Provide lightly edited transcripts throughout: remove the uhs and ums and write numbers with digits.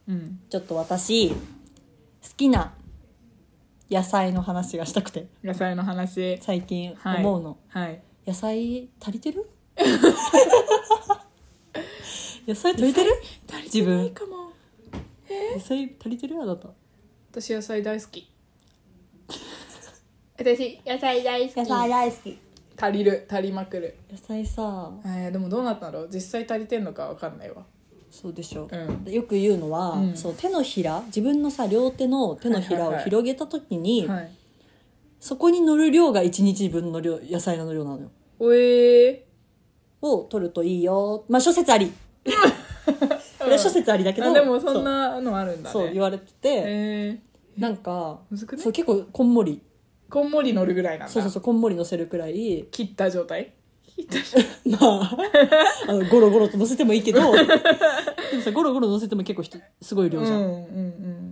うん、 ちょっと私好きな野菜の話がしたくて、 野菜の話最近思うの、 はい、 野菜足りてる野菜足りてる足りてないかも。 野菜足りてるあなた。 私野菜大好き私野菜大好き。 野菜大好き。 足りまくる。 野菜さ、 でもどうなったんだろう、実際足りてんのか分かんないわ。 そうでしょ、 うん、 よく言うのは、 うん、 そう手のひら、自分のさ両手の手のひらを広げた時に、 はい、 そこに乗る量が1日分の量、野菜の量なのよ。を取るといいよ。まあ諸説ありこれは諸説ありだけど、 でもそんなのあるんだね。 そう言われてて、なんかむずくね？ そう結構こんもり乗るぐらいなんだ。 そうこんもり乗せるくらい切った状態まあゴロゴロと乗せてもいいけどでもさゴロゴロ乗せても結構すごい量じゃん、 うんうんうん、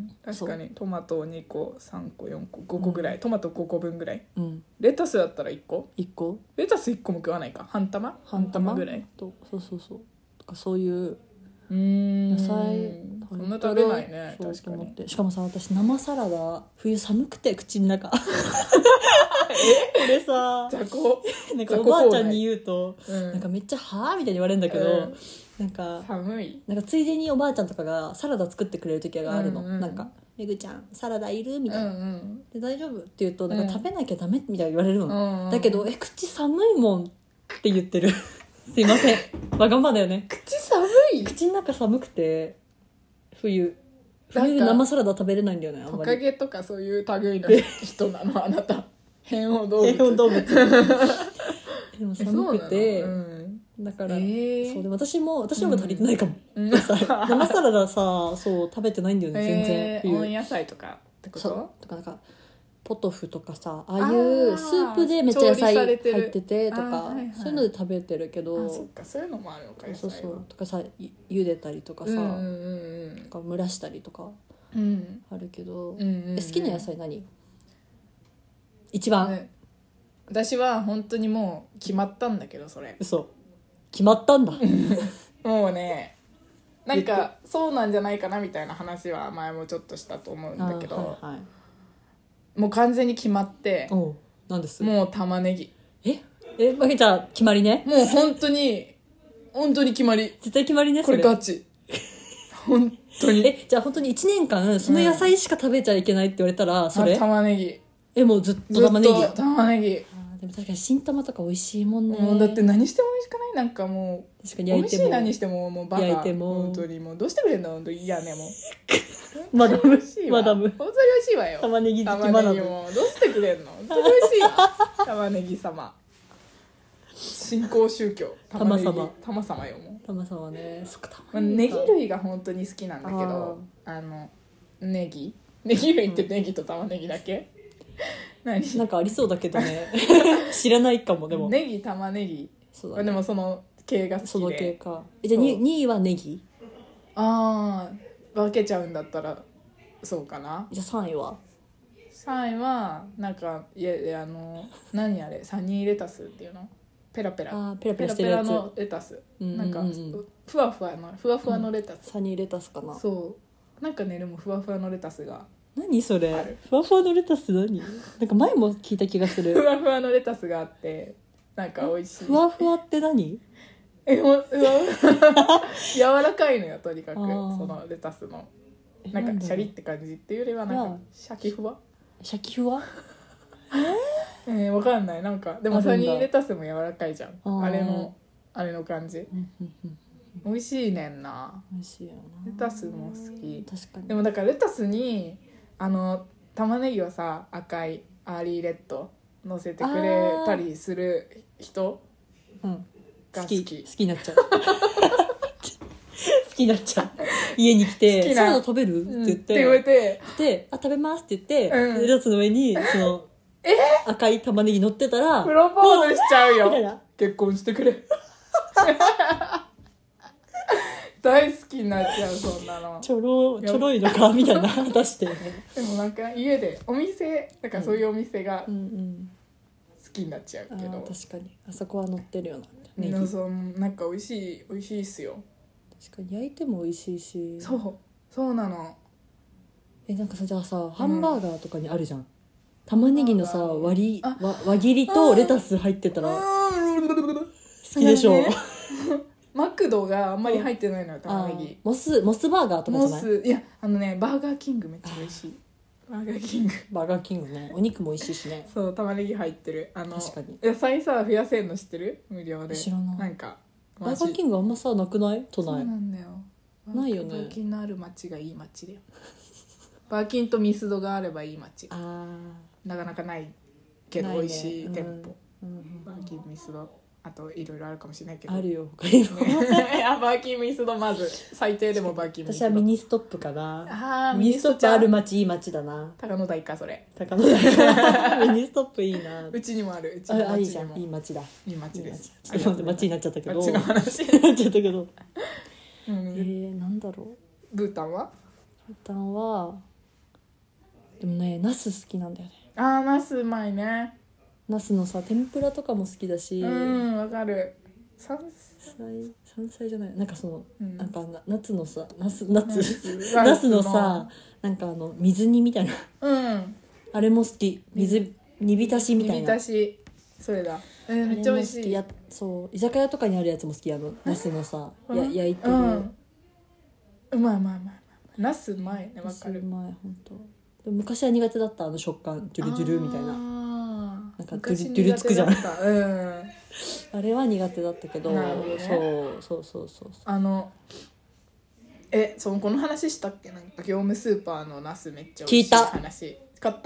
確かにトマト2個3個4個5個ぐらい、トマト5個分ぐらい、レタスだったら1個 1個レタス1個も食わないか、半玉ぐらいとそうとかそういう野菜そんな食べないね。 そう確かに。 しかもさ、私生サラダ冬寒くて口の中これさ雑魚なんかおばあちゃんに言うと、なんかめっちゃはぁみたいに言われるんだけど、なんか寒い、 なんかついでにおばあちゃんとかがサラダ作ってくれる時があるの、なんかめぐちゃんサラダいるみたいな、で大丈夫って言うとなんか食べなきゃダメみたいに言われるの、だけど口寒いもんって言ってるすいません、わがままだよね。 口寒い、 口の中寒くて冬生サラダ食べれないんだよね。あんまりトカゲとかそういう類の人なのあなた。変温動物でも寒くて、だから、そうで私も足りてないかも、生サラダさそう食べてないんだよね全然冬。 温野菜とかってこと？ とかなんかポトフとかさ、ああいうスープでめっちゃ野菜入っててとか、そういうので食べてるけど、 そっか、そういうのもあるのか。 そうとかさ、茹でたりとかさ、とか蒸らしたりとかあるけど、好きな野菜何？一番、 私は本当にもう決まったんだけど、それ嘘決まったんだもうね、なんかそうなんじゃないかなみたいな話は前もちょっとしたと思うんだけど、もう完全に決まって、 なんです？ もう玉ねぎ。 まけちゃん決まりね。 もう本当に決まり。 絶対決まりね。 これガチ。本当に。 じゃあ本当に1年間その野菜しか食べちゃいけないって言われたら、それ？ 玉ねぎ。 もうずっと玉ねぎ。 玉ねぎ。 でも確かに新玉とか美味しいもんね。 もうだって何しても美味しくない？なんかもう確かに焼いても美味しい、何してももうバカ。 焼いても本当にもうどうしてくれんの本当に。いやね、もうマダム本当に美味しいわ本当に美味しいわよ。 玉ねぎ好き玉ねぎもどうしてくれんの本当に美味しいわ玉ねぎ様。新興宗教玉様よ。もう玉様ね。そっか、 ネギ類が本当に好きなんだけど、ネギ類ってネギと玉ねぎだけ？ なんかありそうだけどね知らないかも。でもネギ玉ねぎ、そうだね、でもその系が好きで。 その系か。じゃあ 2位はネギ？ 分けちゃうんだったらそうかな。 じゃあ3位はなんか何あれ、サニーレタスっていうの？ペラペラしてるやつのレタス、なんかふわふわのレタス、 サニーレタスかな。 そうなんかね、でもふわふわのレタスが何それ？ふわふわのレタス何？なんか前も聞いた気がする。 ふわふわのレタスがあって、なんか美味しい。 ふわふわって何？ 柔らかいのよ、とにかく。そのレタスのなんかシャリって感じっていうよりはなんかシャキふわわかんない。なんかでもサニーレタスも柔らかいじゃん。あれの感じ美味しいねんな。 美味しいよな。 レタスも好き。 確かに。 でもだからレタスに玉ねぎをさ、赤いアーリーレッド乗せてくれたりする人が好きになっちゃう好きになっちゃう。家に来てサラダ食べるって言ってで、食べますって言って、レタスの上にその赤い玉ねぎ乗ってたらプロポーズしちゃうよ。結婚してくれ大好きになっちゃう、そんなの。ちょろいのかみたいな出して、ね、 でもなんか家でお店だから、そういうお店が好きになっちゃうけど、 確かにあそこは乗ってるよな。 ネギなんか美味しいっすよ。 確かに焼いても美味しいし、 そうそうなの。 なんかさ、じゃあさハンバーガーとかにあるじゃん、玉ねぎのさ輪切りとレタス入ってたら好きでしょ。 マクドがあんまり入ってないのよ、玉ねぎ。 モスバーガーとかじゃない？ いやバーガーキングめっちゃ美味しい。バーガーキングね、お肉も美味しいしね。 そう、玉ねぎ入ってる。 確かに野菜さ増やせんの知ってる？無料で。 知らない。 なんかバーガーキングあんまさなくない？都内。 そうなんだよ。 ないよね。 バーキンのある町がいい町だよ。バーキンとミスドがあればいい町。なかなかないけど美味しい店舗。バーキン、ミスド、あといろいろあるかもしれないけど。 あるよ他にも。 バーキン、ミスド、まず最低でもバーキン、ミスド。 私はミニストップかな。ミニストップある町、いい町だな。 高野台か、それ。 高野台。ミニストップいいな。 うちにもある。うちの町にも。 いいじゃん、いい町だ。 いい町です。 ちょっと待って、町になっちゃったけど。 町の話になっちゃったけど。なんだろう。ブータンはでもね、ナス好きなんだよね。 ナスうまいね。 ナスのさ天ぷらとかも好きだし。 わかる。山菜じゃない、なんかその、なんか夏のさナスのさ、なんか水煮みたいな、あれも好き。煮浸しみたいな。 煮浸し、それだ。めっちゃ美味しい。 そう、居酒屋とかにあるやつも好き。ナスのさ焼いてる。 うまい。ナスうまいね。わかる。 うまい、本当。でも昔は苦手だった。食感ジュルジュルみたいな、なんかドゥルつくじゃん。あれは苦手だったけど、そう。 この話したっけ？なんか業務スーパーのナスめっちゃ美味しい話。買った？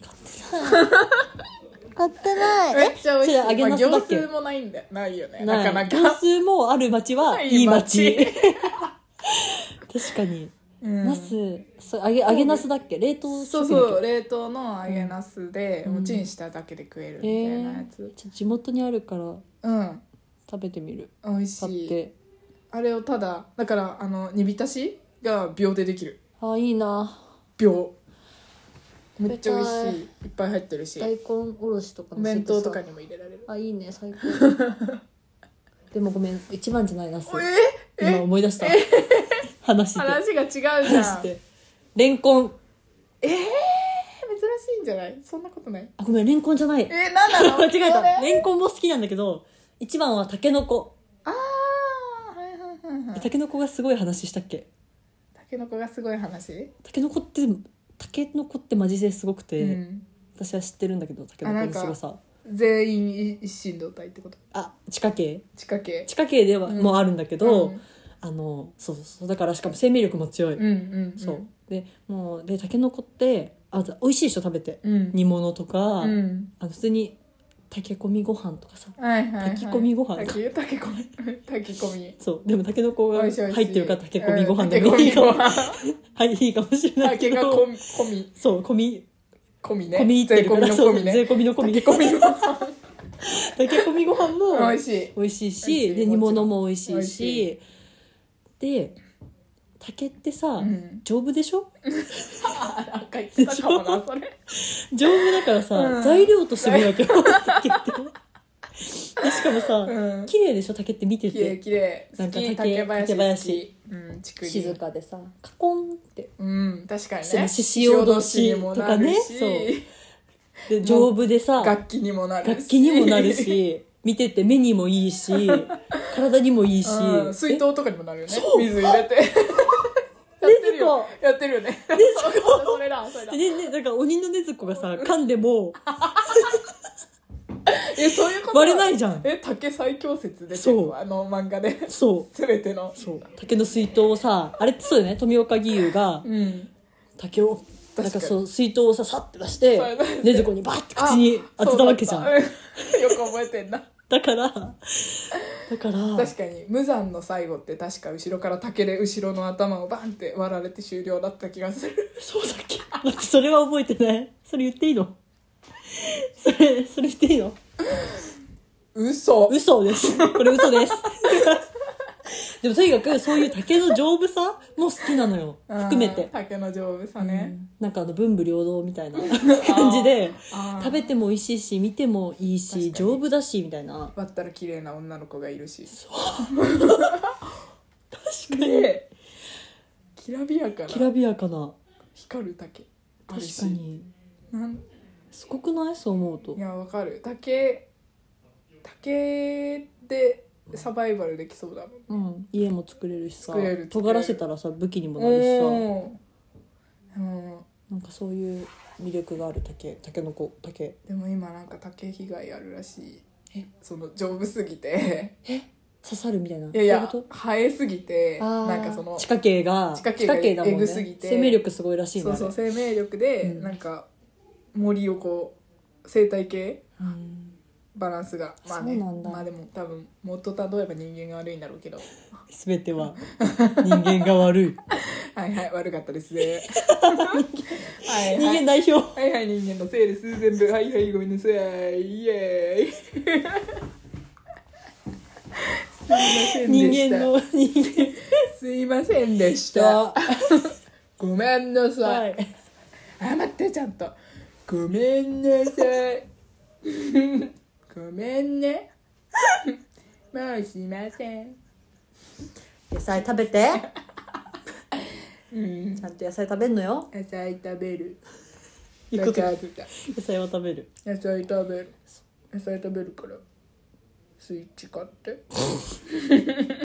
買ってない。 めっちゃ美味しい。 揚げナスだっけ？ 業数もないんだよ。ないよね。なかなか。 業数もある町はいい町。確かに。ナス、揚げナスだっけ？冷凍？ そう、冷凍の揚げナスでもうチンしただけで食えるみたいなやつ。 地元にあるから食べてみる。 美味しい。あれをだから煮浸しが秒でできる。 いいな。 秒。めっちゃ美味しい。いっぱい入ってるし。 大根おろしとかお弁当とかにも入れられる。 いいね、最高。でもごめん、一番じゃないナス。今思い出した。話が違うじゃん。 レンコン。 珍しいんじゃない？そんなことない？ ごめん、レンコンじゃない。 なんなの？ 間違えた。レンコンも好きなんだけど、一番はタケノコ。タケノコがすごい話したっけ？ タケノコがすごい話？ タケノコってマジですごくて、私は知ってるんだけど、タケノコのすごさ。 全員一心同体ってこと？ 地下茎ではもあるんだけど、そうだから、しかも生命力も強い。そうで、もうでタケノコって美味しいでしょ、食べて。煮物とか、普通に炊き込みご飯とかさ、炊き込みご飯炊き込みそうでもタケノコが入ってるから炊き込みご飯でもいいかもいいかもしれないけど、そう込みね、税込みの込みね、税込みの込み、炊き込みご飯炊き込みご飯も美味しいし、で煮物も美味しいし、で竹ってさ、丈夫でしょ？ 言ってたかもな、それ。 丈夫だからさ、材料としてもいいわけよ、竹って。でしかもさ、綺麗でしょ、竹って見てて。 綺麗。なんか竹林。 静かでさ、カコンって。 確かにね。 獅子おどしとかね。そう。で丈夫でさ、 楽器にもなるし、見てて目にもいいし、体にもいいし、 水筒とかにもなるよね。水入れて。やってるよね。それだ。 なんか鬼の禰豆子がさ、噛んでもそういうこと割れないじゃん。 竹最強説で、漫画で。 そう。 全ての。 竹の水筒をさ、あれってそうだよね、富岡義勇が竹をなんか水筒をさッて出して禰豆子にバッて口に当てたわけじゃん。 よく覚えてんな。 だから確かに無残の最後って確か後ろから竹で後ろの頭をバンって割られて終了だった気がする。 そうだっけ？待って、それは覚えてない。それ言っていいの？それ言っていいの？ 嘘です。これ嘘です。でもとにかくそういう竹の丈夫さも好きなのよ、含めて。 竹の丈夫さね、 なんか文武両道みたいな感じで食べても美味しいし見てもいいし丈夫だしみたいな。 割ったら綺麗な女の子がいるし。 そう確かにきらびやかなきらびやかな光る竹あ確るしかになんすごくないそう思うといやわかる竹でサバイバルできそうだもん、 家も作れるしさ作れる尖らせたらさ武器にもなるしさなんかそういう魅力がある竹の子竹でも今なんか竹被害あるらしいその丈夫すぎて刺さるみたいな。 いやいやそういうこと生えすぎてなんかその地下茎がだもんね、 エグすぎて生命力すごいらしいのそう生命力で、なんか森をこう生態系、バランスがまあねまあでも多分もっと例えば人間が悪いんだろうけど全ては人間が悪いはいはい悪かったですねはい、 人間代表はいはい人間のせいです全部はいはいごめんなさいイエーイすいませんでした人間すいませんでしたごめんなさい、はい、謝ってちゃんとごめんなさいごめんねもうしません野菜食べてちゃんと野菜食べんのよ野菜食べる野菜は食べる野菜食べるからスイッチ買って